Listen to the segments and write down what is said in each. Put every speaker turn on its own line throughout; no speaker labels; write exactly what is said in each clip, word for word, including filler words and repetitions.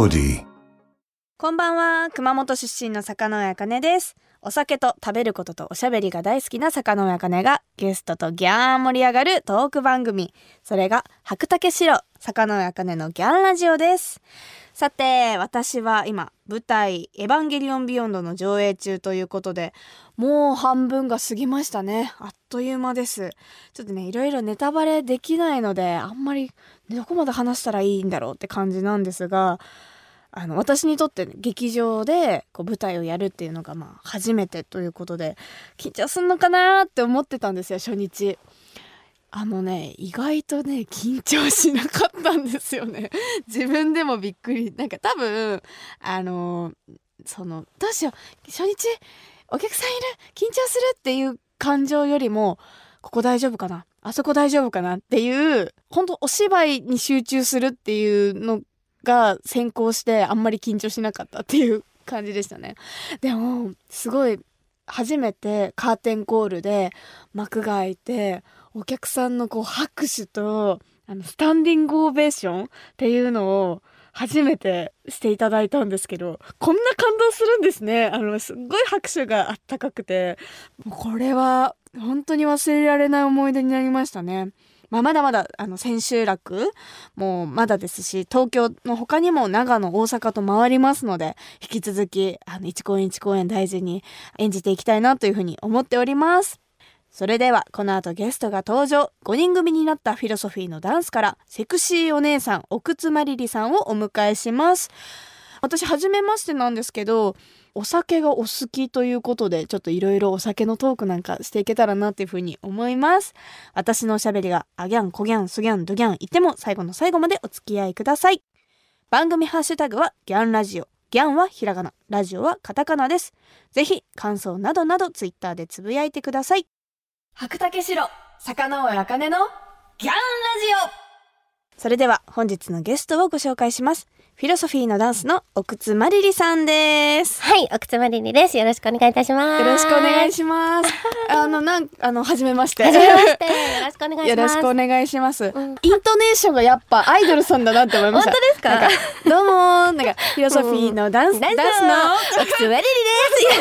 オーディ。
こんばんは、熊本出身の坂上茜です。お酒と食べることとおしゃべりが大好きな坂上茜がゲストとギャーン盛り上がるトーク番組、それが白竹城坂上茜のギャンラジオです。さて、私は今舞台エヴァンゲリオンビヨンドの上映中ということで、もう半分が過ぎましたね。あっという間です。ちょっとね、いろいろネタバレできないので、あんまりどこまで話したらいいんだろうって感じなんですが、あの私にとって、ね、劇場でこう舞台をやるっていうのがまあ初めてということで、緊張すんのかなって思ってたんですよ、初日。あのね、意外とね緊張しなかったんですよね。自分でもびっくり。なんか多分あのそのどうしよう、初日お客さんいる、緊張するっていう感情よりも、ここ大丈夫かな、あそこ大丈夫かなっていう、本当お芝居に集中するっていうのが先行して、あんまり緊張しなかったっていう感じでしたね。でもすごい初めてカーテンコールで幕が開いて、お客さんのこう拍手とあのスタンディングオベーションっていうのを初めてしていただいたんですけど、こんな感動するんですね。あのすっごい拍手があったかくて、もうこれは本当に忘れられない思い出になりましたね。まあ、まだまだあの千秋楽もまだですし、東京の他にも長野、大阪と回りますので、引き続きあの一公演一公演大事に演じていきたいなというふうに思っております。それではこの後ゲストが登場。ごにん組になったフィロソフィーのダンスからセクシーお姉さん奥津まりりさんをお迎えします。私初めましてなんですけど、お酒がお好きということで、ちょっといろいろお酒のトークなんかしていけたらなっていうふうに思います。私のおしゃべりがアギャン、コギャン、ソギャン、ドギャン言っても最後の最後までお付き合いください。番組ハッシュタグはギャンラジオ。ギャンはひらがな、ラジオはカタカナです。ぜひ感想などなどツイッターでつぶやいてください。白竹城坂上茜のギャンラジオ。それでは本日のゲストをご紹介します。フィロソフィーのダンスの奥津まりりさんです。
はい、奥津まりりです。よろしくお願いいたします。
よろしくお願いします。あのなんあの初めまして。
初めまして。よろしくお願いします。
よろしくお願いします。
うん、
イントネーションがやっぱアイドルさんだなって思いました。
本当ですか？
なんかどうもー、なんかフィロソフィーのダンス、うん、ダンスの
奥津まりりです。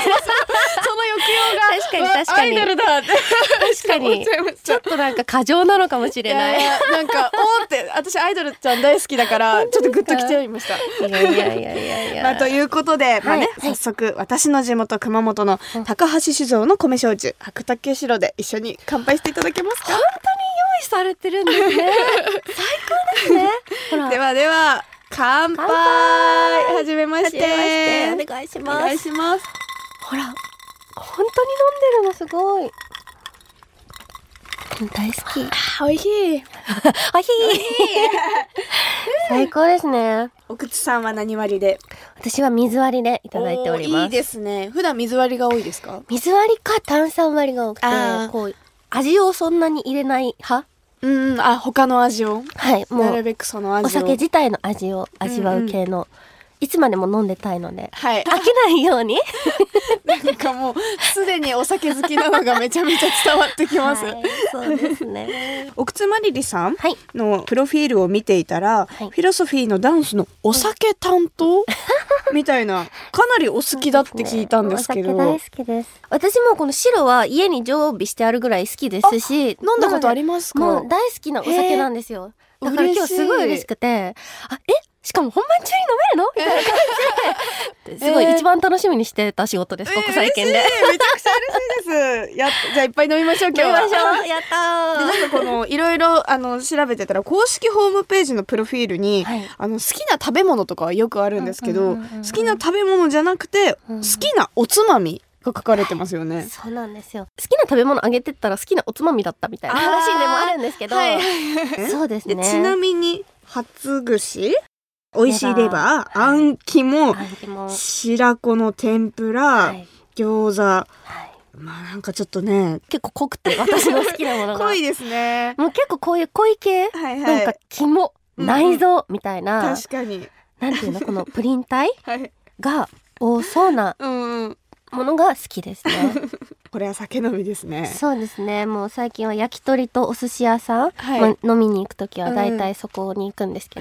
その抑揚が
確かに確かに
アイドルだって
確かにちょっとなんか過剰なのかもしれない。
いやいや、なんかおーって、私アイドルちゃん大好きだからちょっとグッときちゃいました。
いやいやいやいやいや。
まあ、ということで、まあね、
はい、
早速私の地元熊本の高橋酒造の米焼酎白竹城で一緒に乾杯していただけますか？
本当に用意されてるんですね。最高ですね。ほら、
ではでは乾杯。はじめまして。
お願いします。
お願いします。
ほら、本当に飲んでるのすごい。大好き。
あ、美味しい。
美味しい。最高ですね。
奥津さんは何割りで？
私は水割りでいただいております。
いいですね。普段水割りが多いですか？
水割りか炭酸割りが多くて、こう味をそんなに入れない派。
うん、あ、他の味を。
はい、もう
なるべくその味を。
お酒自体の味を味わう系の。うんうん、いつまでも飲んでたいので、
はい、
飽きないように
なんかもうすでにお酒好きなのがめちゃめちゃ伝わってきます、
はい、そうですね。
奥津まりりさんのプロフィールを見ていたら、はい、フィロソフィーのダンスのお酒担当みたいな、かなりお好きだって聞いたんですけど、
ね、お酒大好きです。私もこの白は家に常備してあるぐらい好きですし、
飲んだことありますか？
もう大好きなお酒なんですよ。だから今日すごい嬉しくて、あ、えしかも本番中に飲めるのみたいな感じで、すごい一番楽しみにしてた仕事です、ここ最近で。めちゃ
くちゃ嬉しいです。やじゃあいっぱい飲みましょう今日は。
飲みましょう。やったー。
でなんかこのいろいろあの調べてたら、公式ホームページのプロフィールに、はい、あの好きな食べ物とかはよくあるんですけど、好きな食べ物じゃなくて、うん、好きなおつまみが書かれてますよね。
そうなんですよ。好きな食べ物あげてったら好きなおつまみだったみたいな話でもあるんですけど、はい、そうですね。
ちなみに初串、美味しいレバー、あん肝、白子の天ぷら、はい、餃子、はい、まあなんかちょっとね
結構濃くて、私の好きなものが
濃いですね。
もう結構こういう濃い系、はいはい、なんか肝、うん、内臓みたいな、
確かに
なんていうの、このプリン体が多そうなものが好きですね。
これは酒飲みですね。
そうですね。もう最近は焼き鳥とお寿司屋さん、はい、ま、飲みに行くときはだいたいそこに行くんですけど、うんはい、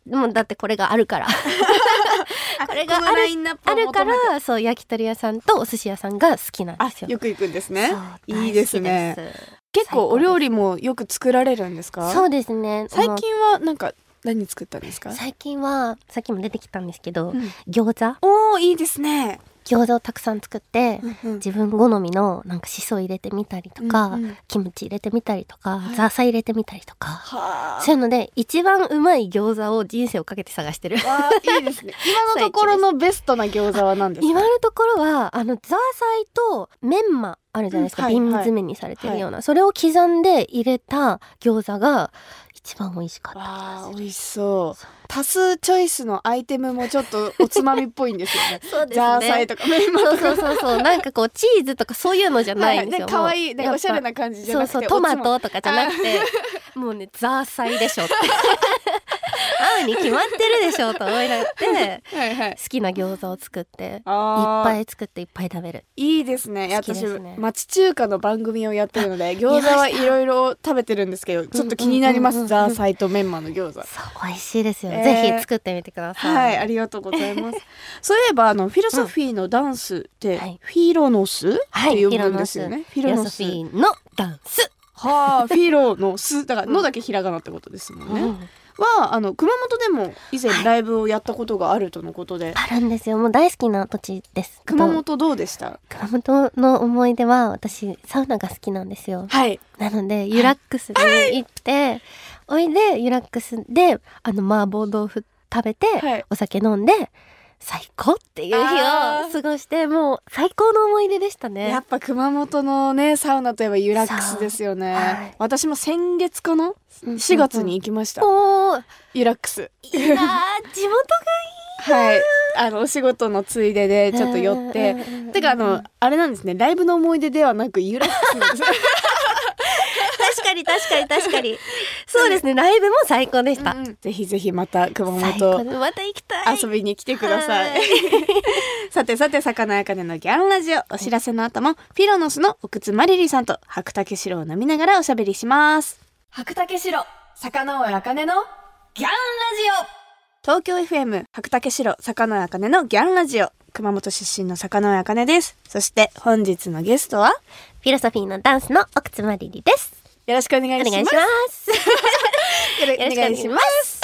でもだってこれがあるからこれがある、あるからそう焼き鳥屋さんとお寿司屋さんが好きなんですよ。
あ、よく行くんですね。いいですね。結構お料理もよく作られるんですか？
そうですね。
最近はなんか何作ったんですか？
最近はさっきも出てきたんですけど、うん、餃子。
おー、いいですね。
餃子をたくさん作って、うんうん、自分好みのなんかしそ入れてみたりとか、うんうん、キムチ入れてみたりとか、はい、ザーサイ入れてみたりとか、そういうので一番うまい餃子を人生をかけて探してる。
わいいですね。今のところのベストな餃子は何ですか？
今のところはあのザーサイとメンマあるじゃないですか、うん、瓶詰めにされてるような、はい、それを刻んで入れた餃子が一番美味しかったです。
わー、美味しそう。多数チョイスのアイテムもちょっとおつまみっぽいんですよね。
そうですね。
ザーサイとかメンマとか。
そうそうそうそう。なんかこうチーズとかそういうのじゃないんですよ。
可愛いね、おしゃれな感じじゃなくて、
そうそう、トマトとかじゃなくて、もうねザーサイでしょって。合うに決まってるでしょと思いながらはいはい、好きな餃子を作っていっぱい作っていっぱい食べる。
いいですね。私町中華の番組をやってるので餃子はいろいろ食べてるんですけど、ちょっと気になります、うんうんうんうん、ザーサイとメンマの餃子。そう
美味しいですよ、えー、ぜひ作ってみてください。
はい、ありがとうございます。そういえばあのフィロソフィーのダンスって、うん、フィロノスって呼ぶんですよね、はい、
フィロノスフィロソフィーのダンス
はあ、フィロノスだからのだけひらがなってことですもんね、うんはあの熊本でも以前ライブをやったことがあるとのことで、
はい、あるんですよ。もう大好きな土地です。
熊本どうでした？
熊本の思い出は私サウナが好きなんですよ。
はい。
なのでユラックスに行って、はい、おいでユラックスであの麻婆豆腐食べて、はい、お酒飲んで最高っていう日を過ごして、もう最高の思い出でしたね。
やっぱ熊本のねサウナといえばユラックスですよね、はい、私も先月かなしがつに行きました、うんうん、ユラックス。
いや地元がいいな。
はい、あのお仕事のついででちょっと寄っててかあのあれなんですね、ライブの思い出ではなくユラックスなんです
確かに確かに確かにそうですね、ライブも最高でした、うん、
ぜひぜひまた熊本
また行きたい、
遊びに来てくださいさてさて魚やかねのギャンラジオ、お知らせの後もフィロノスの奥津まりりさんと白竹城を飲みながらおしゃべりします。白竹城魚尾あかねのギャンラジオ、東京 エフエム 白竹城魚尾あかねのギャンラジオ、熊本出身の魚尾あかねです。そして本日のゲストは
フィロソフィーのダンスの奥津まりりです。
よろしくお願いします。お願いしますよろしくお願いします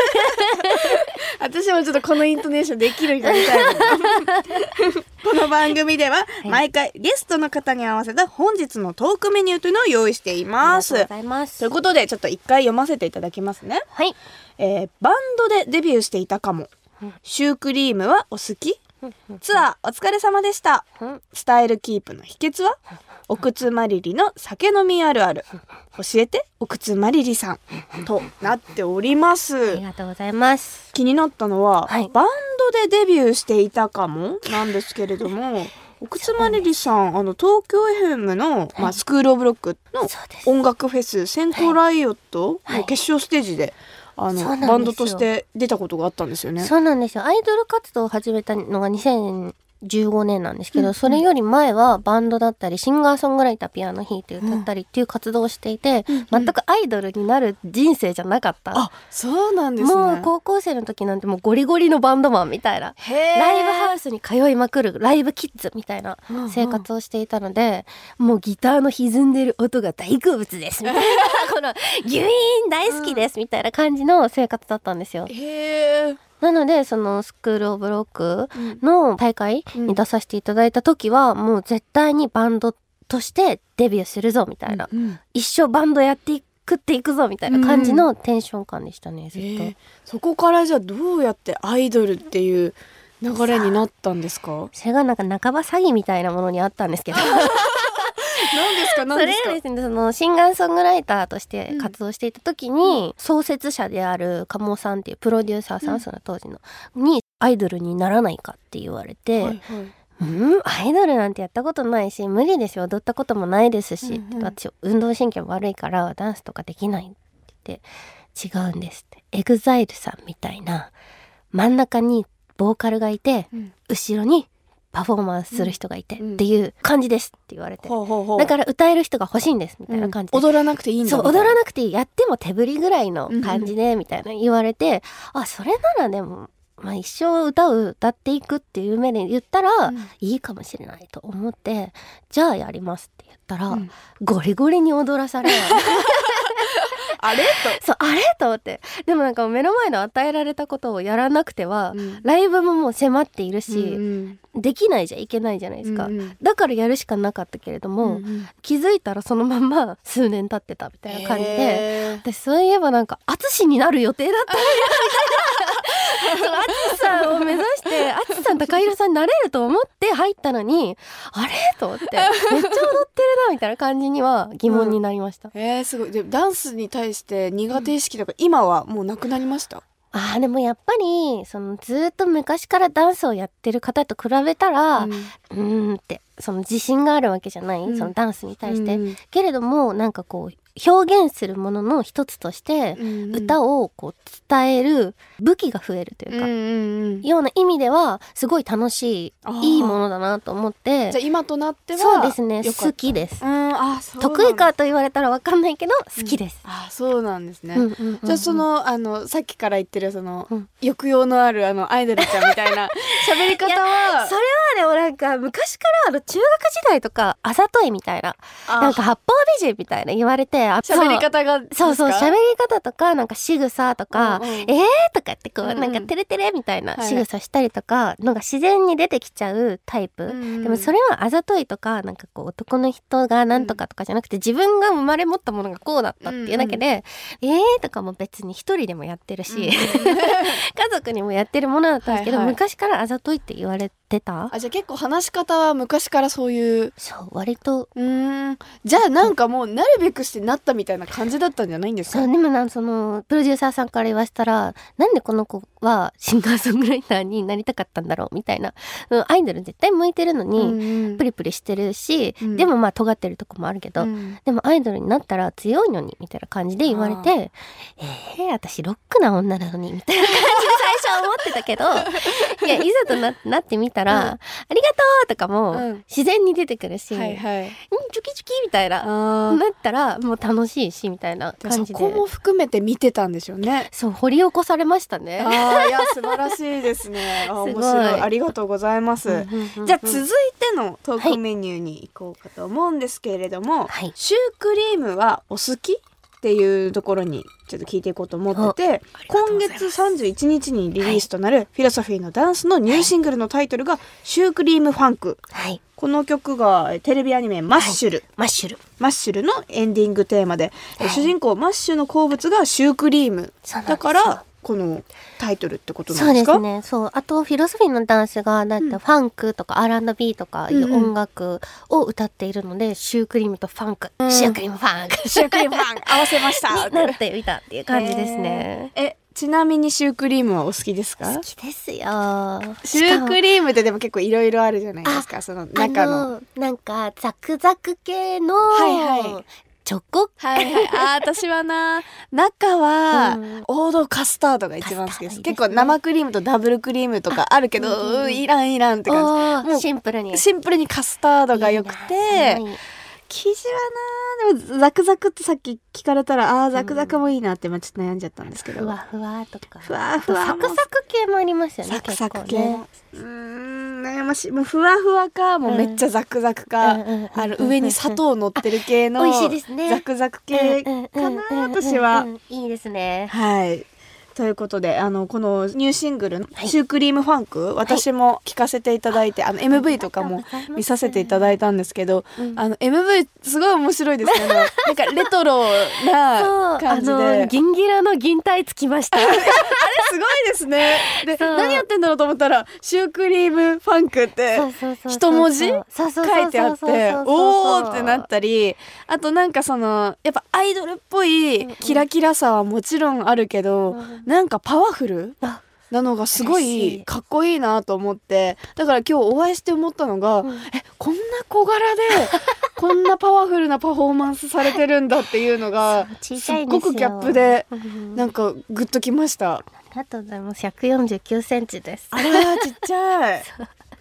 私もちょっとこのイントネーションできる人みたいなこの番組では毎回ゲストの方に合わせた本日のトークメニューというのを用意しています。
ありがとうございます。
ということでちょっと一回読ませていただきますね。
はい、
えー、バンドでデビューしていたかも、シュークリームはお好き、ツアーお疲れ様でした、スタイルキープの秘訣は、奥津まりりの酒飲みあるある教えて奥津まりりさんとなっております。
ありがとうございます。
気になったのは、はい、バンドでデビューしていたかもなんですけれども奥津まりりさん、あの東京 エフエム の、まあ、スクールオブロックの音楽フェス先行ライオットの決勝ステージで、あのバンドとして出たことがあったんですよね。
そうなんですよ。アイドル活動を始めたのがにせんじゅうごねんなんですけど、うんうん、それより前はバンドだったりシンガーソングライターピアノ弾いて歌ったりっていう活動をしていて、うんうん、全くアイドルになる人生じゃなかった。
あ、そうなんですね。
もう高校生の時なんてもうゴリゴリのバンドマンみたいな、ライブハウスに通いまくるライブキッズみたいな生活をしていたので、うんうん、もうギターの歪んでる音が大好物ですみたいなこのギュイーン大好きですみたいな感じの生活だったんですよ。
へー。
なのでそのスクールオブロックの大会に出させていただいた時はもう絶対にバンドとしてデビューするぞみたいな、うんうん、一生バンドやっていくっていくぞみたいな感じのテンション感でしたね、ずっと、えー、
そこからじゃあどうやってアイドルっていう流れになったんですか？
それがなんか半ば詐欺みたいなものにあったんですけど
何ですか何ですか？
それはですね、そのシンガーソングライターとして活動していた時に、うん、創設者である鴨さんっていうプロデューサーさん、うん、その当時のにアイドルにならないかって言われて、はいはい、うんアイドルなんてやったことないし無理ですよ、踊ったこともないですし、うんうん、私運動神経悪いからダンスとかできないって言って違うんですって、エグザイルさんみたいな真ん中にボーカルがいて、うん、後ろにパフォーマンスする人がいてっていう感じですって言われて、
ほうほうほう。
だから歌える人が欲しいんですみたいな感じで、
うん、踊らなくていいんだ。
そう踊らなくていい、やっても手振りぐらいの感じでみたいな言われて、うん、あそれならでもまあ、一生歌を歌っていくっていう目で言ったら、うん、いいかもしれないと思ってじゃあやりますって言ったら、うん、ゴリゴリに踊らされ
あれ
とそうあれと思って、でもなんか目の前の与えられたことをやらなくては、うん、ライブももう迫っているし、うんうん、できないじゃいけないじゃないですか、うんうん、だからやるしかなかったけれども、うんうん、気づいたらそのまま数年経ってたみたいな感じで、私そういえばなんか淳になる予定だったみたいな淳さんを目指して淳さん高弘さんになれると思って入ったのにあれと思ってめっちゃ踊ってるなみたいな感じには疑問になりました、
うん、えー、すごい。でダンスに対して苦手意識とか、うん、今はもうなくなりました？
あーでもやっぱりそのずっと昔からダンスをやってる方と比べたら、うん、うーんってその自信があるわけじゃない、うん、そのダンスに対して、うん、けれどもなんかこう表現するものの一つとして歌をこう伝える武器が増えるというか、うんうんうん、ような意味ではすごい楽しいいいものだなと思って、
じゃあ今となっては
そうですね好きです。うん、あ、そう得意かと言われたら分かんないけど好きです、
うん、あ、そうなんですね、うんうんうんうん、じゃあそのあのさっきから言ってるその、うん、抑揚のあるあのアイドルちゃんみたいな喋り方は
それはでもなんか昔からあの中学時代とかあざといみたいななんか八方美人みたいな言われて
喋り方が
そうそう喋り方とかなんか仕草とか、うんうん、えーとかってこう、うんうん、なんかテレテレみたいな仕草したりとか、はい、のが自然に出てきちゃうタイプ、うんうん、でもそれはあざといとかなんかこう男の人がなんとかとかじゃなくて、うん、自分が生まれ持ったものがこうだったっていうだけで、うんうん、えーとかも別に一人でもやってるし、うん、家族にもやってるものだったんですけど、はいはい、昔からあざといって言われてた。
あ、じゃあ結構話し方は昔からそういう。
そう割と
うーん、じゃあなんかもうなるべくしてなったみたいな感じだったんじゃないんですか？
そうでもなんそのプロデューサーさんから言わせたらなんでこの子はシンガーソングライターになりたかったんだろうみたいな、アイドル絶対向いてるのに、うんうん、プリプリしてるし、うん、でもまあ尖ってるとこもあるけど、うん、でもアイドルになったら強いのにみたいな感じで言われて、えー、私ロックな女なのにみたいな感じで最初は思ってたけどいやいざと な, なってみたら、うん、ありがとうとかも自然に出てくるし、うんはいはい、チョキチョキみたいななったらもう楽しいしみたいな感じで、
そこも含めて見てたんでしょうね。
そう掘り起こされましたね。
あいや素晴らしいですね。あ面白い、ありがとうございます、うんうんうんうん、じゃあ続いてのトークメニューに行こうかと思うんですけれども、はい、シュークリームはお好きっていうところにちょっと聞いていこうと思ってて、今月さんじゅういちにちにリリースとなるフィロソフィーのダンスのニューシングルのタイトルがシュークリームファンク、はい、この曲がテレビアニメマッシュル、はい、
マッシュル
マッシュルのエンディングテーマで、はい、主人公マッシュの好物がシュークリームだからこのタイトルってことなんですか？
そうですね。そう。あとフィロソフィーのダンスがだってファンクとか アールアンドビー とかいう音楽を歌っているので、うんうん、シュークリームとファンク、うん、シュークリームファンク
シュークリームファンク合わせました
になってみたっていう感じですね。
えー、えちなみにシュークリームはお好きですか？
好きですよ。
シュークリームってでも結構いろいろあるじゃないですか。その中の
なんかザクザク系の、
はいはい、
チョコ
はいはい、あ私はな中は王道カスタードが一番好きです、うん、結構生クリームとダブルクリームとかあるけど、うんうん、いらんいらんって感じ、もう
シンプルに
シンプルにカスタードが良くて、いい生地はなでもザクザクってさっき聞かれたらあーザクザクもいいなって今ちょっと悩んじゃったんですけど、
ふわふわとか
ふわふわ
サクサク系もありますよね。
サクサク系、ね、うーん悩ましい。もうふわふわかもうめっちゃザクザクか、うん、あの上に砂糖乗ってる系の
美味しいですね。
ザクザク系かな私は。
いいですね。
はい。ということであのこのニューシングルのシュークリームファンク、はい、私も聴かせていただいて、はい、あの エムブイ とかも見させていただいたんですけど、うん、あの エムブイ すごい面白いですね。なんかレトロな感じで
あのギンギラの銀体つきましたあれす
ごいですね。で何やってんだろうと思ったらシュークリームファンクって一文字書いてあっておーってなったり、あとなんかそのやっぱアイドルっぽいキラキラさはもちろんあるけど、うんうんなんかパワフルなのがすごいかっこいいなと思って、だから今日お会いして思ったのが、うん、えこんな小柄でこんなパワフルなパフォーマンスされてるんだっていうのがすっごくギャップでなんかグッときました。
ありがとうございます。ひゃくよんじゅうきゅうセンチです。
あらちっちゃい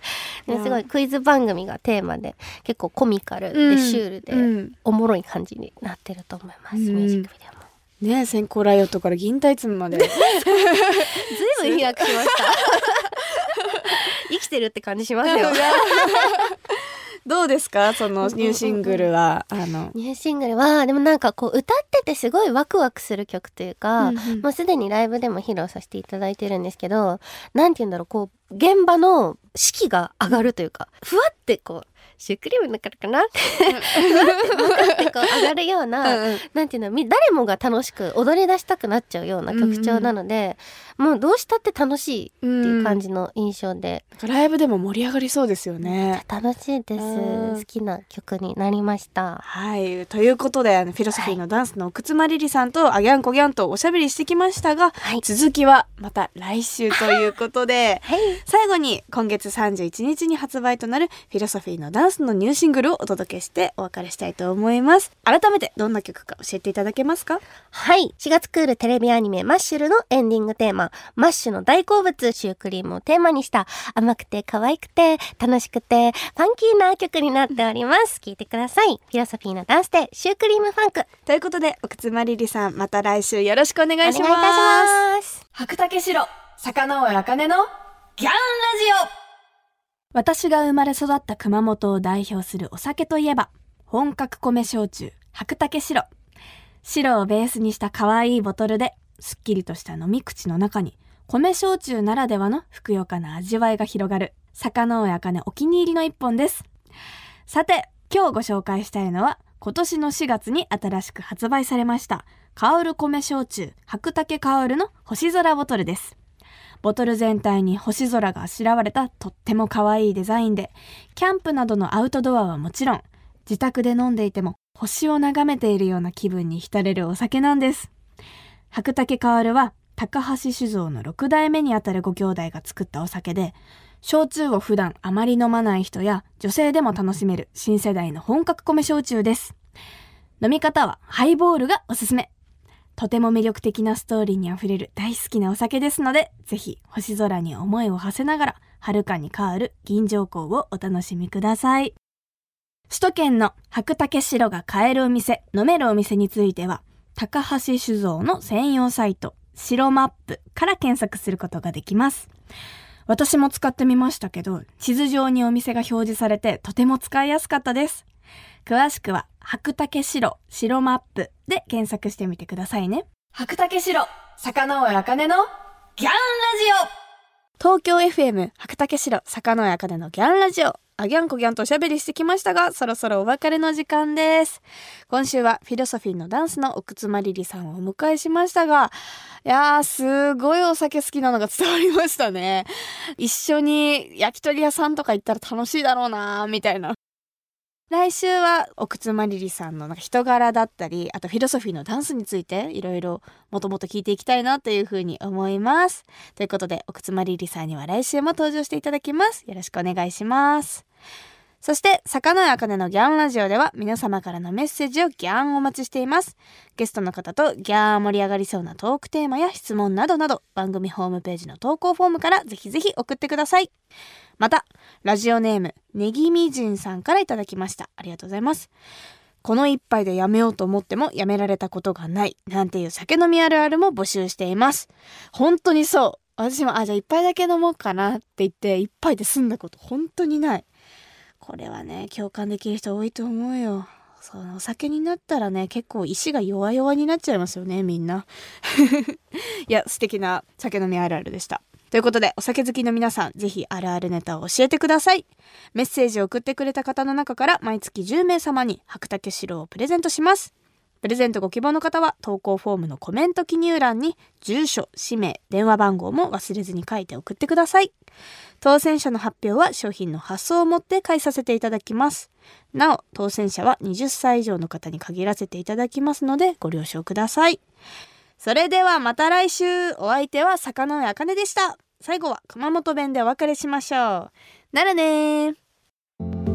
ですごいクイズ番組がテーマで結構コミカルでシュールで、うん、おもろい感じになってると思います、うん、ミュージックビデオも
ね。先行ライオットから銀タイツまでずい
ぶん飛躍しました生きてるって感じしますよ
どうですかそのニューシングルは。あの
ニューシングルはでもなんかこう歌っててすごいワクワクする曲というか、うんうん、もうすでにライブでも披露させていただいてるんですけど、なんて言うんだろう、こう現場の士気が上がるというか、ふわってこうシュークリームだからかなってふわってこう上がるような、うんうん、なんていうの、誰もが楽しく踊り出したくなっちゃうような曲調なので、うんうん、もうどうしたって楽しいっていう感じの印象で、
うん、ライブでも盛り上がりそうですよね。
楽しいです。好きな曲になりました。
はい、ということであのフィロソフィーのダンスの奥妻リリさんとあギャンコギャンとおしゃべりしてきましたが、はい、続きはまた来週ということで、はい、最後に今月さんじゅういちにちに発売となるフィロソフィーのダンスのニューシングルをお届けしてお別れしたいと思います。改めてどんな曲か教えていただけますか？
はい、しがつクールテレビアニメマッシュルのエンディングテーマ、マッシュの大好物シュークリームをテーマにした甘くて可愛くて楽しくてファンキーな曲になっております。聴いてください。フィロソフィーのダンスでシュークリームファンク
ということで、奥妻リリさんまた来週よろしくお願いします。
お願いいたします。
白竹城坂上茜のギャンラジオ。私が生まれ育った熊本を代表するお酒といえば本格米焼酎白竹白。白をベースにした可愛いボトルですっきりとした飲み口の中に米焼酎ならではのふくよかな味わいが広がる坂上茜お気に入りの一本です。さて今日ご紹介したいのは今年のしがつに新しく発売されました香る米焼酎白竹香るの星空ボトルです。ボトル全体に星空があしらわれたとっても可愛いデザインで、キャンプなどのアウトドアはもちろん、自宅で飲んでいても星を眺めているような気分に浸れるお酒なんです。白竹香は高橋酒造のろくだいめにあたるご兄弟が作ったお酒で、焼酎を普段あまり飲まない人や女性でも楽しめる新世代の本格米焼酎です。飲み方はハイボールがおすすめ。とても魅力的なストーリーにあふれる大好きなお酒ですので、ぜひ星空に思いを馳せながら遥かに香る銀条香をお楽しみください。首都圏の白竹白が買えるお店、飲めるお店については高橋酒造の専用サイト白マップから検索することができます。私も使ってみましたけど、地図上にお店が表示されてとても使いやすかったです。詳しくは白竹白白マップで検索してみてくださいね。白竹白坂上茜のギャンラジオ。東京 エフエム 白竹白坂上茜のギャンラジオ。あギャンコギャンとおしゃべりしてきましたが、そろそろお別れの時間です。今週はフィロソフィーのダンスの奥妻リリさんをお迎えしましたが、いやーすごいお酒好きなのが伝わりましたね。一緒に焼き鳥屋さんとか行ったら楽しいだろうなーみたいな。来週は奥妻リリさんのなんか人柄だったり、あとフィロソフィーのダンスについていろいろもともと聞いていきたいなというふうに思います。ということで奥妻リリさんには来週も登場していただきます。よろしくお願いします。そして坂上茜のギャンラジオでは皆様からのメッセージをギャンお待ちしています。ゲストの方とギャン盛り上がりそうなトークテーマや質問などなど番組ホームページの投稿フォームからぜひぜひ送ってください。またラジオネームねぎみじんさんからいただきました。ありがとうございます。この一杯でやめようと思ってもやめられたことがないなんていう酒飲みあるあるも募集しています。本当にそう。私もあじゃあ一杯だけ飲もうかなって言って一杯で済んだこと本当にない。これはね共感できる人多いと思うよ。そう、お酒になったらね結構意志が弱々になっちゃいますよねみんな。いや素敵な酒飲みあるあるでした。ということでお酒好きの皆さんぜひあるあるネタを教えてください。メッセージを送ってくれた方の中から毎月じゅうめい様に白竹白をプレゼントします。プレゼントご希望の方は投稿フォームのコメント記入欄に住所、氏名、電話番号も忘れずに書いて送ってください。当選者の発表は商品の発送をもって返させていただきます。なお当選者ははたち以上の方に限らせていただきますのでご了承ください。それではまた来週。お相手は坂上茜でした。最後は熊本弁でお別れしましょう。ならねー。